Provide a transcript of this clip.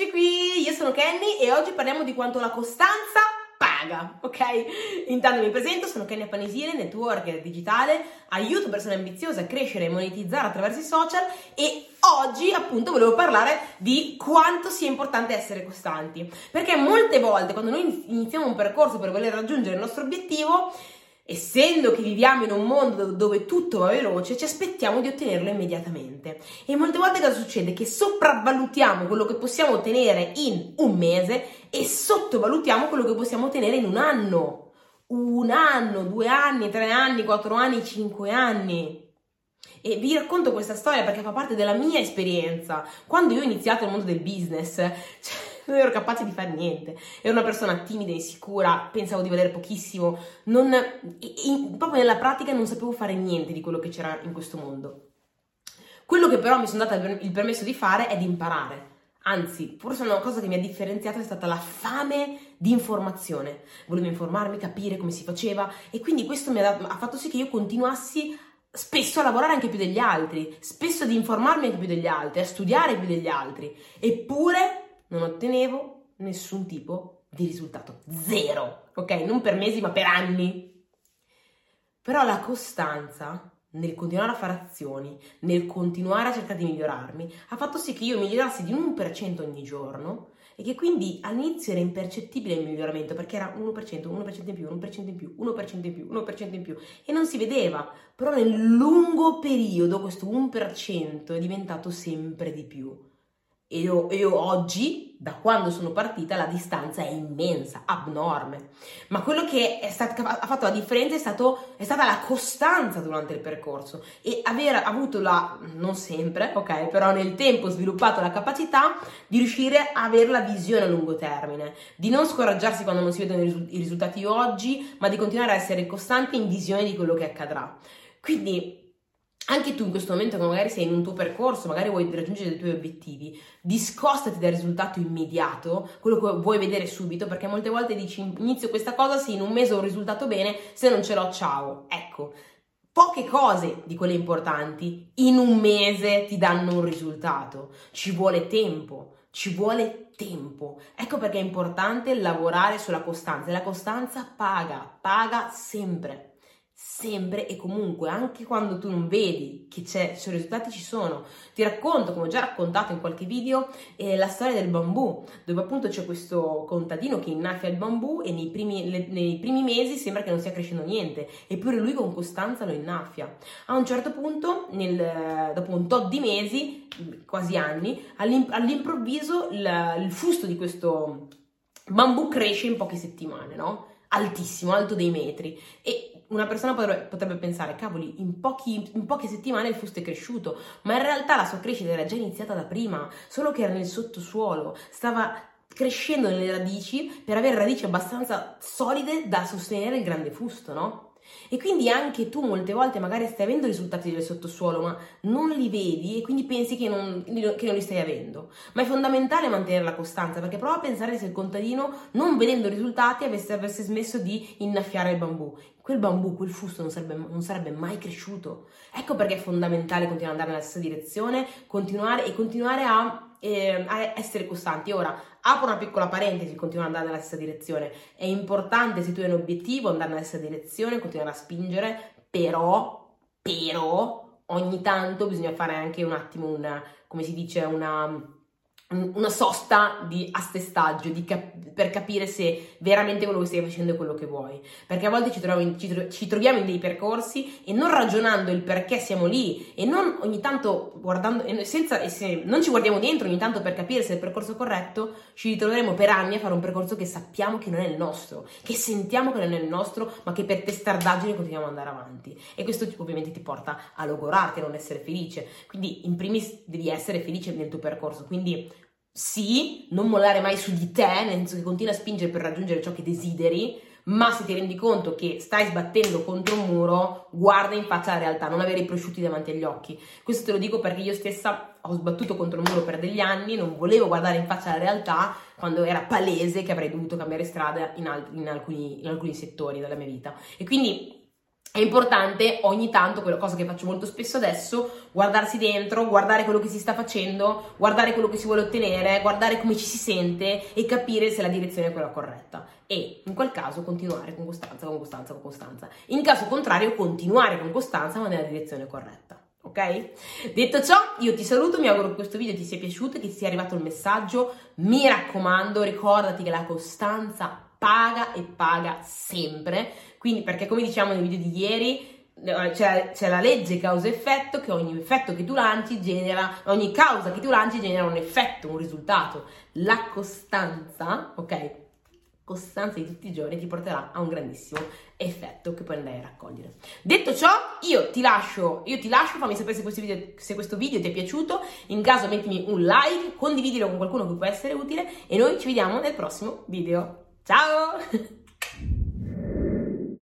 Eccoci qui, io sono Kenny e oggi parliamo di quanto la costanza paga, ok? Intanto mi presento, sono Kenny Appanesile, networker digitale, aiuto persone ambiziose a crescere e monetizzare attraverso i social e oggi appunto volevo parlare di quanto sia importante essere costanti, perché molte volte quando noi iniziamo un percorso per voler raggiungere il nostro obiettivo, essendo che viviamo in un mondo dove tutto va veloce, ci aspettiamo di ottenerlo immediatamente. E molte volte cosa succede? Che sopravvalutiamo quello che possiamo ottenere in un mese e sottovalutiamo quello che possiamo ottenere in un anno. 2 anni, 3 anni, 4 anni, 5 anni. E vi racconto questa storia perché fa parte della mia esperienza. Quando io ho iniziato il mondo del business, non ero capace di fare niente, ero una persona timida, insicura, pensavo di valere pochissimo, proprio nella pratica non sapevo fare niente di quello che c'era in questo mondo. Quello che però mi sono data il permesso di fare è di imparare. Anzi, forse una cosa che mi ha differenziato è stata la fame di informazione. Volevo informarmi, capire come si faceva e quindi questo ha fatto sì che io continuassi spesso a lavorare anche più degli altri, spesso ad informarmi anche più degli altri, a studiare più degli altri, eppure non ottenevo nessun tipo di risultato. Zero, ok? Non per mesi, ma per anni. Però la costanza nel continuare a fare azioni, nel continuare a cercare di migliorarmi, ha fatto sì che io migliorassi di un 1% ogni giorno e che quindi all'inizio era impercettibile il miglioramento perché era 1%, 1% in più, 1% in più, 1% in più, 1% in più e non si vedeva. Però nel lungo periodo questo 1% è diventato sempre di più. E io oggi, da quando sono partita, la distanza è immensa, abnorme. Ma quello che ha fatto la differenza è stata la costanza durante il percorso e aver avuto non sempre, ok, però nel tempo sviluppato la capacità di riuscire a avere la visione a lungo termine, di non scoraggiarsi quando non si vedono i risultati oggi, ma di continuare a essere costanti in visione di quello che accadrà. Quindi anche tu in questo momento che magari sei in un tuo percorso, magari vuoi raggiungere i tuoi obiettivi, discostati dal risultato immediato, quello che vuoi vedere subito, perché molte volte dici inizio questa cosa, sì, in un mese ho un risultato bene, se non ce l'ho ciao. Ecco, poche cose di quelle importanti in un mese ti danno un risultato, ci vuole tempo. Ecco perché è importante lavorare sulla costanza e la costanza paga sempre. Sempre e comunque, anche quando tu non vedi che i risultati ci sono. Ti racconto, come ho già raccontato in qualche video, la storia del bambù, dove appunto c'è questo contadino che innaffia il bambù e nei primi mesi sembra che non stia crescendo niente, eppure lui con costanza lo innaffia. A un certo punto, dopo un tot di mesi, quasi anni, all'improvviso il fusto di questo bambù cresce in poche settimane, no? Altissimo, alto dei metri, e una persona potrebbe pensare, cavoli, in poche settimane il fusto è cresciuto, ma in realtà la sua crescita era già iniziata da prima, solo che era nel sottosuolo, stava crescendo nelle radici per avere radici abbastanza solide da sostenere il grande fusto, no? E quindi anche tu molte volte magari stai avendo risultati del sottosuolo ma non li vedi e quindi pensi che non li stai avendo, ma è fondamentale mantenere la costanza, perché prova a pensare se il contadino non vedendo risultati avesse smesso di innaffiare il bambù, quel fusto non sarebbe mai cresciuto. Ecco perché è fondamentale continuare ad andare nella stessa direzione, continuare a essere costanti. Ora, apro una piccola parentesi, continuare ad andare nella stessa direzione. È importante, se tu hai un obiettivo, andare nella stessa direzione, continuare a spingere, però ogni tanto bisogna fare anche un attimo una sosta di assestaggio per capire se veramente quello che stai facendo è quello che vuoi, perché a volte ci troviamo in dei percorsi e non ragionando il perché siamo lì e non ogni tanto guardando se non ci guardiamo dentro ogni tanto per capire se è il percorso corretto, ci ritroveremo per anni a fare un percorso che sappiamo che non è il nostro, che sentiamo che non è il nostro, ma che per testardaggine continuiamo ad andare avanti, e questo ovviamente ti porta a logorarti, a non essere felice. Quindi in primis devi essere felice nel tuo percorso, quindi sì, non mollare mai su di te, nel senso che continui a spingere per raggiungere ciò che desideri, ma se ti rendi conto che stai sbattendo contro un muro, guarda in faccia la realtà, non avere i prosciutti davanti agli occhi. Questo te lo dico perché io stessa ho sbattuto contro il muro per degli anni, non volevo guardare in faccia la realtà quando era palese che avrei dovuto cambiare strada in alcuni settori della mia vita. E quindi È importante ogni tanto, quella cosa che faccio molto spesso adesso, guardarsi dentro, guardare quello che si sta facendo, guardare quello che si vuole ottenere, guardare come ci si sente e capire se la direzione è quella corretta. E in quel caso continuare con costanza, con costanza, con costanza. In caso contrario, continuare con costanza ma nella direzione corretta. Ok? Detto ciò, io ti saluto, mi auguro che questo video ti sia piaciuto, che ti sia arrivato il messaggio. Mi raccomando, ricordati che la costanza paga e paga sempre. Quindi, perché come diciamo nel video di ieri, c'è la legge causa-effetto, che ogni effetto che tu lanci genera, ogni causa che tu lanci genera un effetto, un risultato. La costanza, ok? Costanza di tutti i giorni ti porterà a un grandissimo effetto che poi andrai a raccogliere. Detto ciò, io ti lascio, fammi sapere se questo video ti è piaciuto, in caso mettimi un like, condividilo con qualcuno che può essere utile e noi ci vediamo nel prossimo video. Ciao!